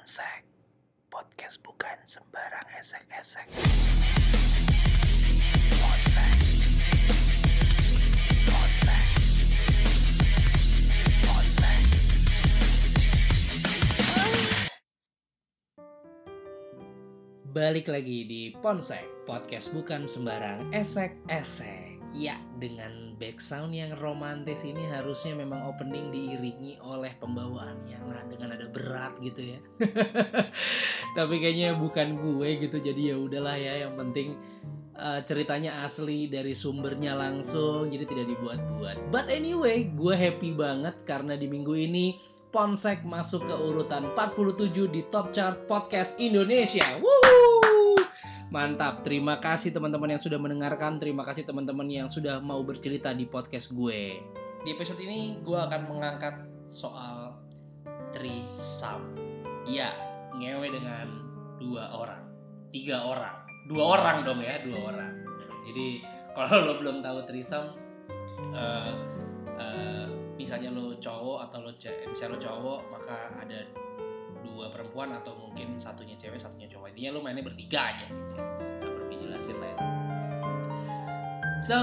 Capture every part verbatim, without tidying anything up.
Ponsek, podcast bukan sembarang esek-esek. Ponsek, Ponsek, Ponsek. Balik lagi di Ponsek, podcast bukan sembarang esek-esek. Ya, dengan background yang romantis ini harusnya memang opening diiringi oleh pembawaan yang nah, dengan nada berat gitu ya. Tapi kayaknya bukan gue gitu, jadi ya udahlah ya. Yang penting uh, ceritanya asli dari sumbernya langsung, jadi tidak dibuat-buat. But anyway, gue happy banget karena di minggu ini Ponsek masuk ke urutan empat puluh tujuh di top chart podcast Indonesia. Woo! Mantap, terima kasih teman-teman yang sudah mendengarkan. Terima kasih teman-teman yang sudah mau bercerita di podcast gue. Di episode ini gue akan mengangkat soal threesome. Ya, ngewe dengan dua orang, tiga orang, dua orang dong ya, dua orang. Jadi kalau lo belum tahu threesome, uh, uh, misalnya lo cowok atau lo ce- misalnya lo cowok, maka ada dua perempuan atau mungkin satunya cewek satunya cowok. Intinya lo mainnya bertiga aja gitu. Gak perlu dijelasin lah ya. So,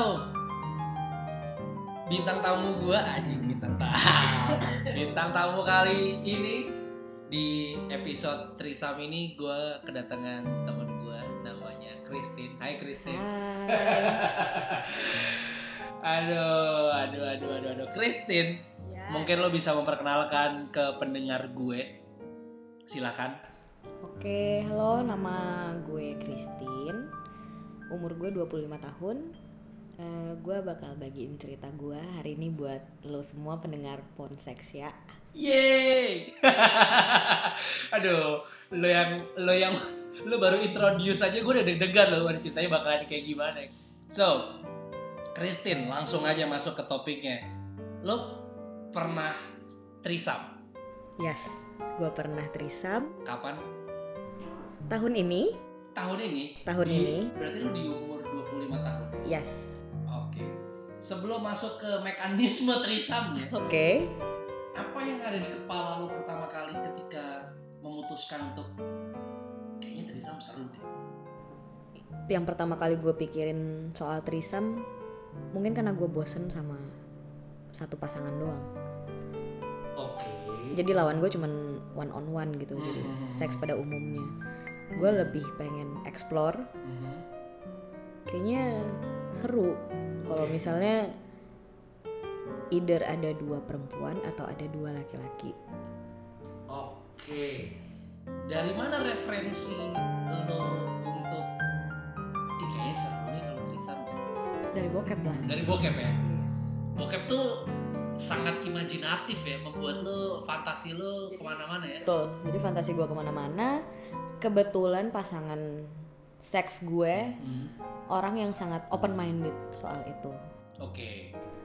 bintang tamu gue anjing bintang tamu. Bintang tamu kali ini di episode threesome ini gue kedatangan temen gue namanya Christine. Hai Christine. Hai. aduh, aduh, aduh, aduh, aduh. Christine, yes. Mungkin lo bisa memperkenalkan ke pendengar gue. Silakan. Oke, halo, nama gue Christine. Umur gue dua puluh lima tahun. Uh, gue bakal bagiin cerita gue hari ini buat lo semua pendengar Ponsek ya. Yeay. Aduh, lo yang lo yang lo baru introduce aja gue udah deg-degan lo ceritanya bakalan kayak gimana. So, Christine, langsung aja masuk ke topiknya. Lo pernah threesome? Yes, gue pernah threesome. Kapan? Tahun ini. Tahun ini? Tahun di, ini. Berarti lo di umur dua puluh lima tahun? Yes. Oke. Okay. Sebelum masuk ke mekanisme threesome-nya. Oke. Okay. Apa yang ada di kepala lo pertama kali ketika memutuskan untuk kayaknya threesome seru deh? Yang pertama kali gue pikirin soal threesome mungkin karena gue bosen sama satu pasangan doang. Oke. Okay. Jadi lawan gue cuman one on one gitu, mm-hmm. Jadi seks pada umumnya. Gue lebih pengen explore. Mm-hmm. Kayaknya seru kalau okay. Misalnya either ada dua perempuan atau ada dua laki-laki. Oke. Okay. Dari mana referensi lo untuk ih kayaknya seru nih kalau threesome? Dari bokep lah. Dari bokep ya. Bokep tuh sangat imajinatif ya, membuat lo fantasi lo kemana-mana ya. Betul. Jadi fantasi gue kemana-mana. Kebetulan pasangan seks gue hmm. orang yang sangat open minded soal itu. Oke. Okay.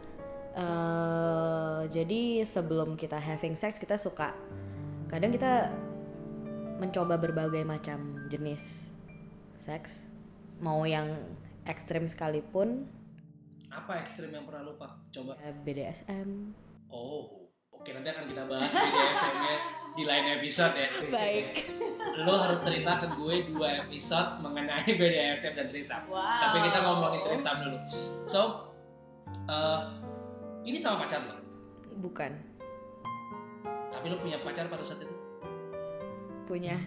Uh, jadi sebelum kita having sex kita suka kadang kita mencoba berbagai macam jenis seks, mau yang ekstrim sekalipun. Apa ekstrim yang pernah lo pak coba? B D S M. Oh, oke nanti akan kita bahas B D S M-nya di lain episode ya. Baik. Lo harus cerita ke gue dua episode mengenai B D S M dan threesome. Wow. Tapi kita ngomongin threesome dulu. So, uh, ini sama pacar lo? Bukan. Tapi lo punya pacar pada saat itu? Punya.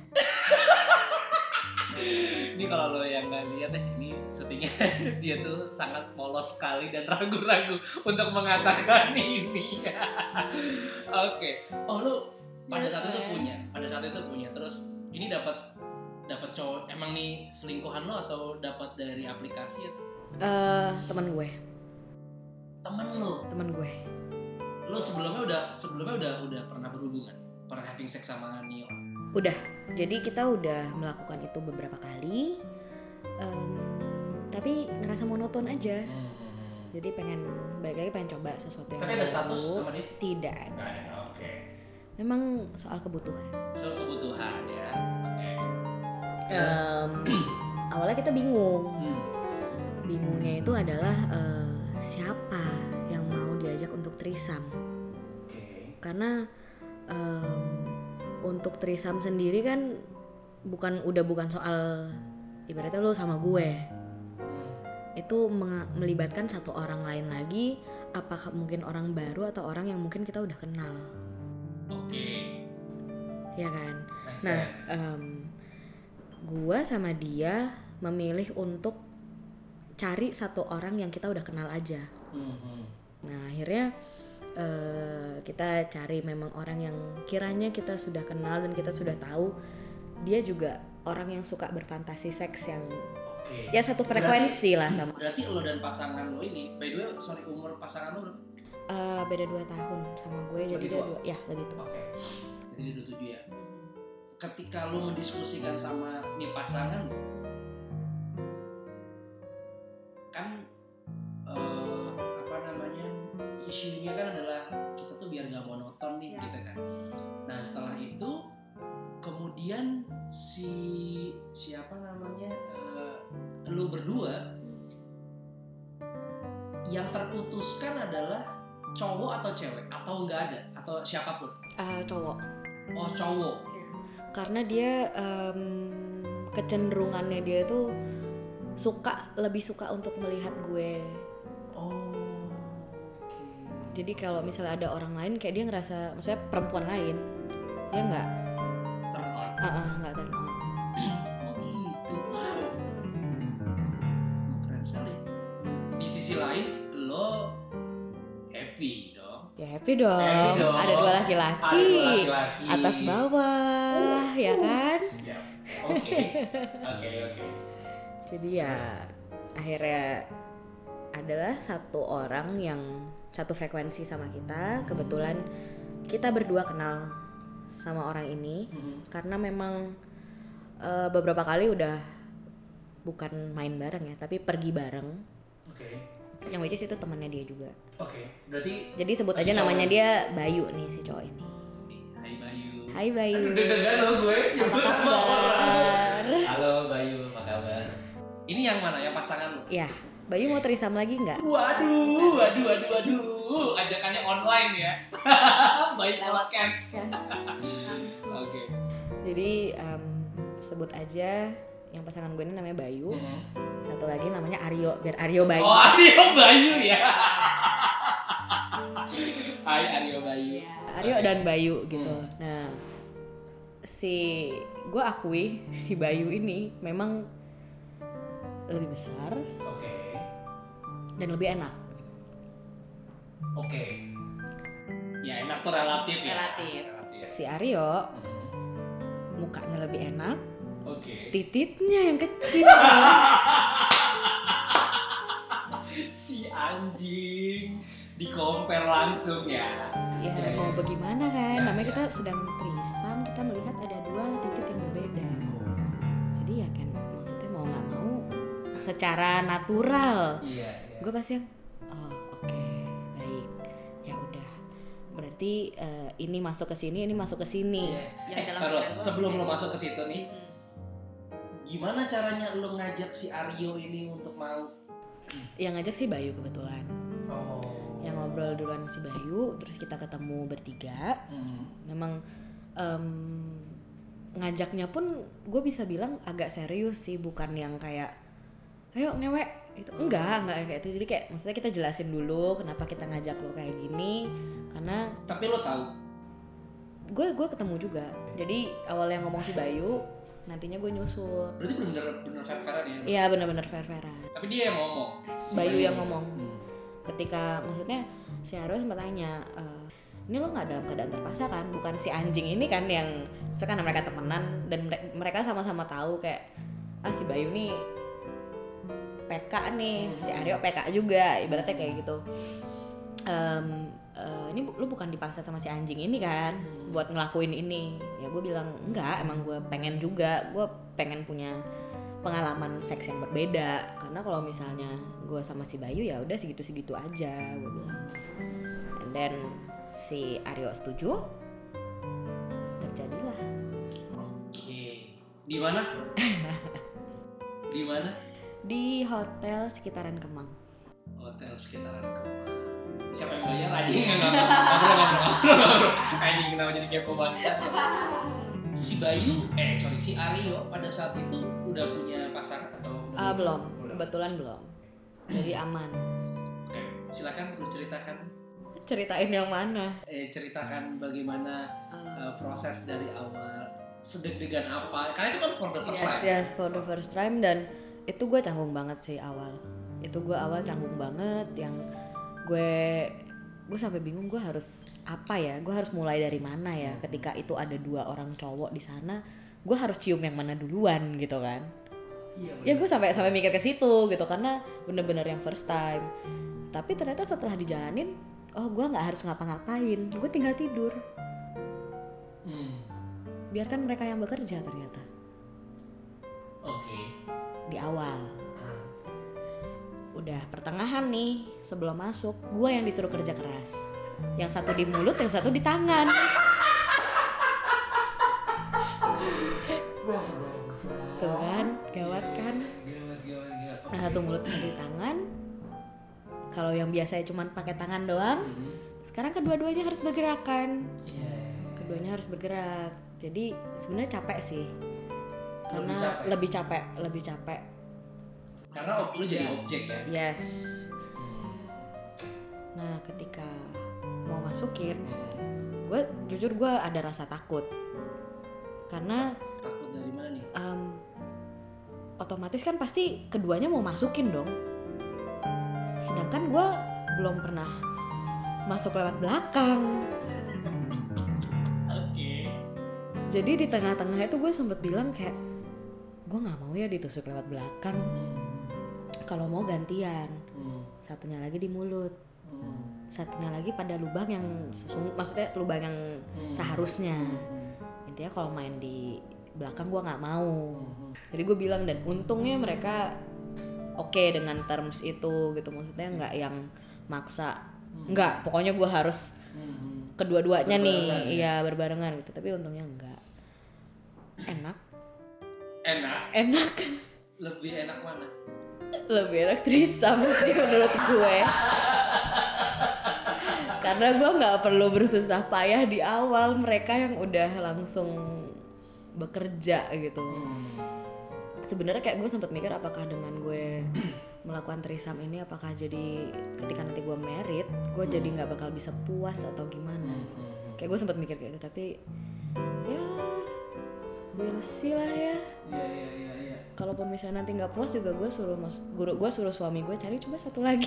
Ini kalau lo yang nggak lihat ya, ini syutingnya dia tuh sangat polos sekali dan ragu-ragu untuk mengatakan ini. Oke, okay. Oh lo pada saat itu punya, pada saat itu punya. Terus ini dapat dapat cowok emang nih selingkuhan lo atau dapat dari aplikasi? Uh, teman gue. Temen lo? Temen gue. Lo sebelumnya udah sebelumnya udah udah pernah berhubungan, pernah having sex sama Nio? Udah, jadi kita udah melakukan itu beberapa kali, um, tapi ngerasa monoton aja. Hmm. Jadi pengen balik lagi pengen coba sesuatu yang tapi ada status sama dia? Tidak ada. Nah, oke. Okay. Memang soal kebutuhan. Soal kebutuhan ya. Oke. Okay. Um, awalnya kita bingung. Hmm. Bingungnya itu adalah uh, siapa yang mau diajak untuk threesome. Oke. Okay. Karena um, untuk trisam sendiri kan bukan udah bukan soal ibaratnya lo sama gue, itu meng- melibatkan satu orang lain lagi, apakah mungkin orang baru atau orang yang mungkin kita udah kenal. Oke. Okay. Ya kan. Nice. Nah, um, gue sama dia memilih untuk cari satu orang yang kita udah kenal aja. Mm-hmm. Nah akhirnya uh, kita cari memang orang yang kiranya kita sudah kenal dan kita sudah tahu dia juga orang yang suka berfantasi seks yang okay. Ya satu frekuensi berarti, lah sama. Berarti lo dan pasangan lo ini, by the way, sorry umur pasangan lo berapa? Uh, beda dua tahun sama gue, lebih jadi dia dua, ya lebih tua. Oke. Okay. Jadi dia dua tujuh ya. Ketika lo mendiskusikan sama nih pasangan lo, kan uh, apa namanya isunya kan adalah kita tuh biar nggak monoton nih, ya. Gitu kan. Nah setelah itu kemudian si siapa namanya uh, lu berdua yang terputuskan adalah cowok atau cewek atau enggak ada atau siapapun? Uh, cowok. Oh cowok. Ya. Karena dia um, kecenderungannya dia tuh suka lebih suka untuk melihat gue. Oh. Okay. Jadi kalau misalnya ada orang lain kayak dia ngerasa, maksudnya perempuan lain, dia nggak. Uh-uh, nggak turn on. Oh gitu, wow, keren sekali. Di sisi lain, lo happy dong? Ya happy dong. Happy dong. Ada dua laki-laki. Ada dua laki-laki. Atas bawah, uh, ya kan? Siap. Oke, oke, oke. Jadi ya akhirnya adalah satu orang yang satu frekuensi sama kita. Kebetulan kita berdua kenal sama orang ini, mm-hmm. karena memang uh, beberapa kali udah bukan main bareng ya, tapi pergi bareng. Oke. Okay. Yang which is itu temannya dia juga. Oke. Okay. Berarti. Jadi sebut aja namanya dia Bayu nih si cowok ini. Hai Bayu. Hai Bayu. Deg-degan lo gue. Apa kabar? Halo Bayu, apa kabar? Ini yang mana? Yang pasangan lo? Iya. Bayu mau trisam lagi nggak? Waduh, waduh, waduh, waduh. Ajakannya online ya. Baik podcast. Oke. Okay. Jadi um, sebut aja yang pasangan gue ini namanya Bayu. Hmm. Satu lagi namanya Aryo, biar Aryo Bayu. Oh, Aryo Bayu ya. Hai Aryo Bayu. Ya, Aryo okay. dan Bayu gitu. Hmm. Nah, si gue akui si Bayu ini memang lebih besar. Oke. Okay. Dan lebih enak. Oke. Okay. Ya enak tuh relatif ya. Relatif. relatif. Si Aryo hmm. mukanya lebih enak. Oke. Okay. Tititnya yang kecil. Si anjing di-compare langsung ya. Ya, ya mau ya. Bagaimana kan? Ya, namanya ya. Kita sedang trisam, kita melihat ada dua titik yang berbeda. Jadi ya kan maksudnya mau nggak mau secara natural. Iya. Ya. Gue pasti yang oh oke okay, baik ya udah berarti uh, ini masuk ke sini ini masuk ke sini. Yeah. Eh taruh sebelum lo masuk ke situ nih, hmm. gimana caranya lo ngajak si Aryo ini untuk mau? Yang ngajak si Bayu kebetulan. Oh. Yang ngobrol duluan si Bayu, terus kita ketemu bertiga. Hmm. Memang um, ngajaknya pun gue bisa bilang agak serius sih, bukan yang kayak ayo ngewek itu enggak enggak kayak itu. Jadi kayak maksudnya kita jelasin dulu kenapa kita ngajak lo kayak gini, karena tapi lo tahu gue gue ketemu juga. Jadi awalnya ngomong si Bayu, nantinya gue nyusul. Berarti bener-bener fair-fairan ya? Iya bener-bener fair-fairan. Tapi dia yang ngomong. Si Bayu, Bayu yang ngomong. Hmm. Ketika maksudnya si Aryo sempat tanya, e, ini lo nggak dalam keadaan terpaksa kan? Bukan si anjing ini kan yang, misalkan mereka temenan dan mereka sama-sama tahu kayak ah si Bayu nih P K nih, si Aryo P K juga, ibaratnya kayak gitu. Um, uh, ini lu bukan dipaksa sama si anjing ini kan, hmm. buat ngelakuin ini. Ya gue bilang enggak, emang gue pengen juga, gue pengen punya pengalaman seks yang berbeda. Karena kalau misalnya gue sama si Bayu ya udah segitu-segitu aja, gue bilang. And then si Aryo setuju, terjadilah. Oke, di mana? Di mana? Di hotel sekitaran Kemang. Hotel sekitaran Kemang. siapa yang bayar aja nggak nggak nggak anjing kenapa jadi kepo banget. Si Bayu eh sorry si Aryo pada saat itu udah punya pasangan atau udah Uh, belum, kebetulan belum. Jadi aman. Oke, silakan lu ceritakan. Ceritain yang mana? Eh ceritakan bagaimana Uh, uh, proses dari awal, sedeg-degan apa? Karena itu kan for the first yes, time. yes, for the first time, dan itu gue canggung banget sih awal. Itu gue awal canggung banget, yang gue gue sampai bingung gue harus apa ya? Gue harus mulai dari mana ya? Ketika itu ada dua orang cowok di sana, gue harus cium yang mana duluan gitu kan? Iya, Ya gue sampai sampai mikir ke situ gitu, karena bener-bener yang first time. Tapi ternyata setelah dijalanin, oh gue nggak harus ngapa-ngapain, gue tinggal tidur. Hmm. Biarkan mereka yang bekerja ternyata. Oke. Okay. Di awal. Hmm. Udah pertengahan nih, sebelum masuk, gue yang disuruh kerja keras. Yang satu di mulut, yang satu di tangan. Tuh kan, gawat kan. Gawat, gawat, gawat. Okay. Yang satu mulut, satu di tangan. Kalau yang biasanya cuma pakai tangan doang, Hmm. sekarang kedua-duanya harus bergerakan. Yeah. Keduanya harus bergerak. Jadi sebenarnya capek sih. Karena Lebih capek. lebih capek, lebih capek. Karena ob- lu jadi objek ya. Yes. Hmm. Nah, ketika mau masukin, Hmm. gue jujur gue ada rasa takut. Karena Takut dari mana nih? um, otomatis kan pasti keduanya mau masukin dong. Sedangkan gue belum pernah masuk lewat belakang. Oke. Okay. Jadi di tengah-tengah itu gue sempet bilang kayak, gue nggak mau ya ditusuk lewat belakang. Kalau mau gantian, Hmm. satunya lagi di mulut, Hmm. satunya lagi pada lubang yang sesungguh, maksudnya lubang yang Hmm. seharusnya. Hmm. Intinya kalau main di belakang gue nggak mau. Hmm. Jadi gue bilang, dan untungnya mereka oke okay dengan terms itu gitu, maksudnya nggak yang maksa, nggak, pokoknya gue harus Hmm. kedua-duanya nih, Berbarengan ya? iya berbarengan gitu. Tapi untungnya enggak. Enak, Enak. enak, Lebih enak mana? lebih enak threesome sih menurut gue. Karena gue nggak perlu bersusah payah di awal, mereka yang udah langsung bekerja gitu. Hmm. Sebenarnya kayak gue sempat mikir apakah dengan gue melakukan threesome ini, apakah jadi ketika nanti gue married, gue jadi nggak bakal bisa puas atau gimana. Hmm. Kayak gue sempat mikir kayak gitu, tapi ya we'll see lah ya. Iya iya iya iya. Kalaupun misalnya nanti nggak puas juga, gue suruh mas, guru gue suruh suami gue cari coba satu lagi.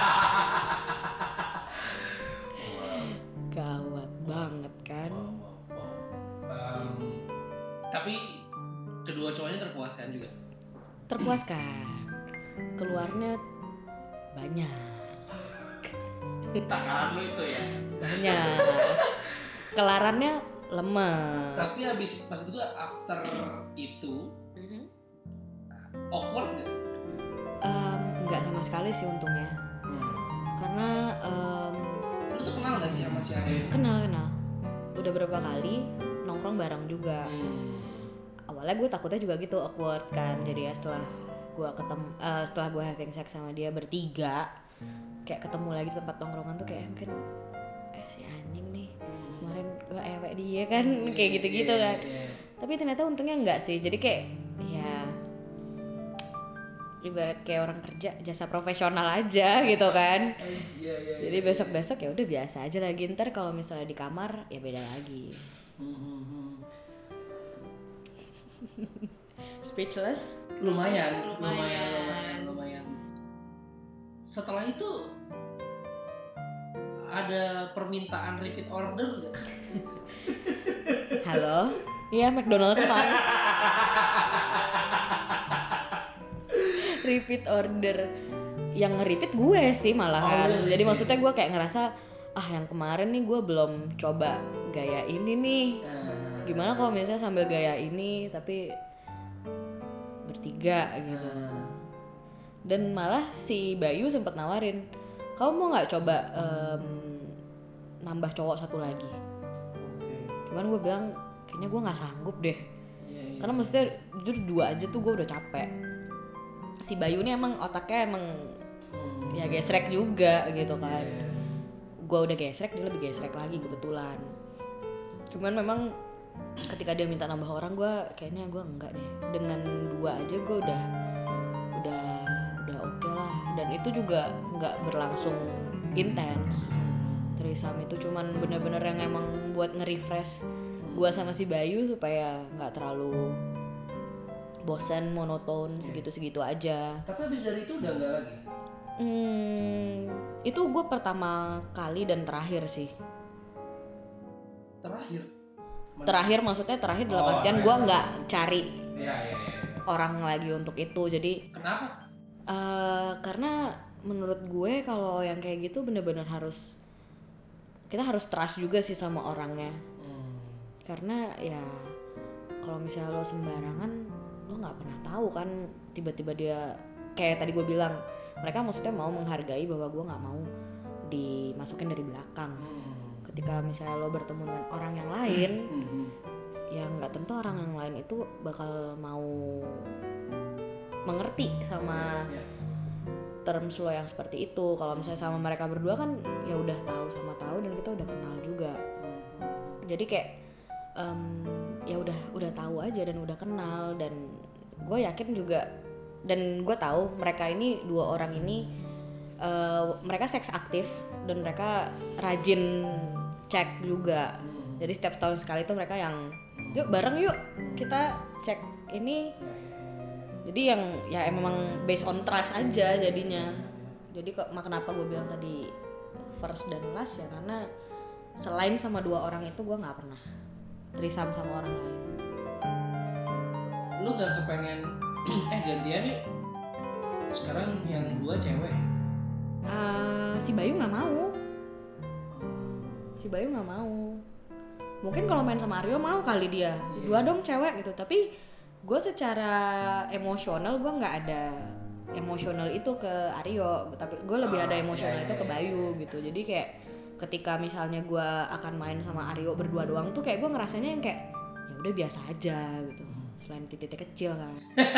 Gawat banget kan. Wow, wow, wow. Um, tapi kedua cowoknya terpuaskan juga. Terpuaskan. Keluarnya banyak. Takaran lu itu ya. Banyak. Kelarannya lemah. Tapi habis maksud gua after itu awkward nggak? Um, nggak sama sekali sih untungnya. Hmm. Karena um, Lu tuh kenal nggak sih sama si Aryo? kenal kenal. Udah berapa kali nongkrong bareng juga. Hmm. Awalnya gue takutnya juga gitu, awkward kan. Jadi ya setelah gue ketemu, uh, setelah gue having sex sama dia bertiga, kayak ketemu lagi di tempat nongkrongan tuh kayak mungkin eh si anjing nih kemarin gue ewek dia kan, kayak gitu-gitu Yeah, kan. yeah. Tapi ternyata untungnya enggak sih. Jadi kayak ya ibarat kayak orang kerja jasa profesional aja gitu kan. Iya iya. Jadi besok-besok ya udah biasa aja lagi. Ntar kalau misalnya di kamar ya beda lagi. Speechless. Lumayan, lumayan, Lumayan. lumayan, lumayan. Setelah itu ada permintaan repeat order nggak? Halo? Iya, McDonald kemana? Repeat order. Yang nge-repeat gue sih malahan. Oh, Jadi repeat. maksudnya gue kayak ngerasa, ah yang kemarin nih gue belum coba gaya ini nih. Uh, Gimana kalau misalnya sambil gaya ini tapi bertiga gitu. Dan malah si Bayu sempat nawarin, kamu mau nggak coba em, nambah cowok satu lagi? okay. Cuman gue bilang kayaknya gue nggak sanggup deh. Iya, iya. Karena maksudnya jujur dua aja tuh gue udah capek. Si Bayu ini emang otaknya emang Hmm. ya gesrek juga gitu kan. Iya. gue udah gesrek dia lebih gesrek lagi kebetulan. Cuman memang ketika dia minta nambah orang gue kayaknya gue enggak deh, dengan dua aja gue udah udah udah oke okay lah. Dan itu juga nggak berlangsung intens. Trisam itu cuman bener-bener yang emang buat nge-refresh gue sama si Bayu supaya nggak terlalu bosan, monoton, segitu-segitu aja. Tapi abis dari itu udah nggak lagi? Hmm, itu gue pertama kali dan terakhir sih. Terakhir? Mana? Terakhir maksudnya terakhir dalam oh, artian gue nggak cari ya, ya, ya, ya. orang lagi untuk itu. Jadi kenapa? Uh, karena menurut gue kalau yang kayak gitu bener-bener harus, kita harus trust juga sih sama orangnya. Hmm. Karena ya kalau misalnya lo sembarangan, lo nggak pernah tahu kan, tiba-tiba dia kayak tadi gue bilang, mereka maksudnya mau menghargai bahwa gue nggak mau dimasukin dari belakang. Hmm. Ketika misalnya lo bertemu dengan orang yang lain, hmm. ya nggak tentu orang yang lain itu bakal mau mengerti sama terms lo yang seperti itu. Kalau misalnya sama mereka berdua kan ya udah tahu sama tahu dan kita udah kenal juga. Jadi kayak um, ya udah udah tahu aja dan udah kenal, dan gue yakin juga dan gue tahu mereka ini dua orang ini uh, mereka seks aktif dan mereka rajin cek juga. Jadi setiap setahun sekali tuh mereka yang yuk bareng yuk kita cek ini. Jadi yang ya emang based on trust aja jadinya. Jadi kok kenapa gue bilang tadi first dan last ya karena selain sama dua orang itu gue nggak pernah trisam sama orang lain. Lu gak kepengen eh gantian yuk sekarang yang dua cewek? Uh, si Bayu nggak mau. Si Bayu nggak mau. Mungkin kalau main sama Aryo mau kali dia. Yeah. Dua dong cewek gitu. Tapi gue secara emosional gue nggak ada emosional itu ke Aryo, tapi gue lebih oh, ada emosional yeah, itu ke Bayu gitu. Jadi kayak ketika misalnya gue akan main sama Aryo berdua doang tuh kayak gue ngerasanya yang kayak ya udah biasa aja gitu. Selain titik kecil kan.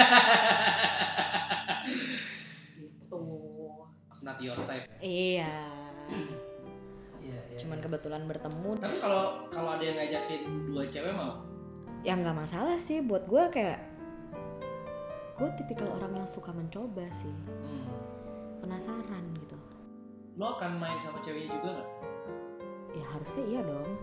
Gitu. Not your type. Iya. Iya, iya. Cuman kebetulan bertemu. Tapi kalau kalau ada yang ngajakin dua cewek mau? Ya nggak masalah sih buat gue, kayak gue tipikal orang yang suka mencoba sih. Hmm. Penasaran gitu. Lo akan main sama ceweknya juga nggak? Ya harusnya iya dong.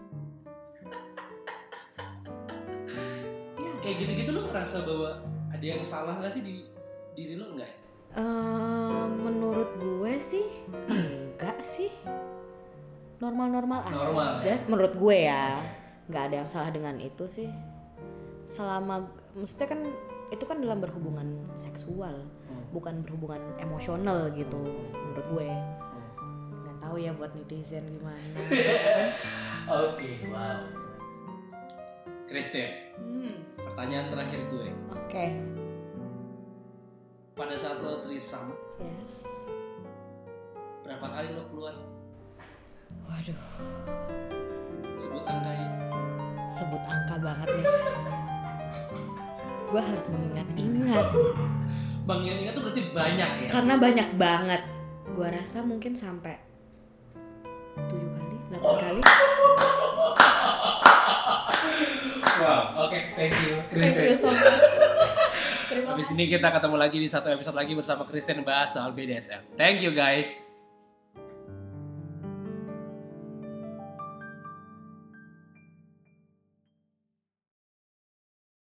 Kayak gitu-gitu lo ngerasa bahwa ada yang salah nggak sih di diri lo nggak? Uh, menurut gue sih enggak sih, normal-normal Normal, aja. Ya? Menurut gue ya, nggak ada yang salah dengan itu sih. Selama, maksudnya kan itu kan dalam berhubungan seksual, hmm. bukan berhubungan emosional gitu. Menurut gue, nggak tahu ya buat netizen gimana. Oke, okay, wow. Christine. Hmm. Pertanyaan terakhir gue. Oke. Okay. Pada saat lo trisam, yes. berapa kali lo keluar? Waduh. Sebut angkanya. Sebut angka banget nih. Gue harus mengingat-ingat. Mengingat-ingat tuh berarti banyak ya? Karena banyak banget. Gue rasa mungkin sampai tujuh kali, delapan kali. Wow, oke, okay, thank you, Kristen. Thank you so much. Habis ini kita ketemu lagi di satu episode lagi bersama Kristen bahas soal B D S M. Thank you guys.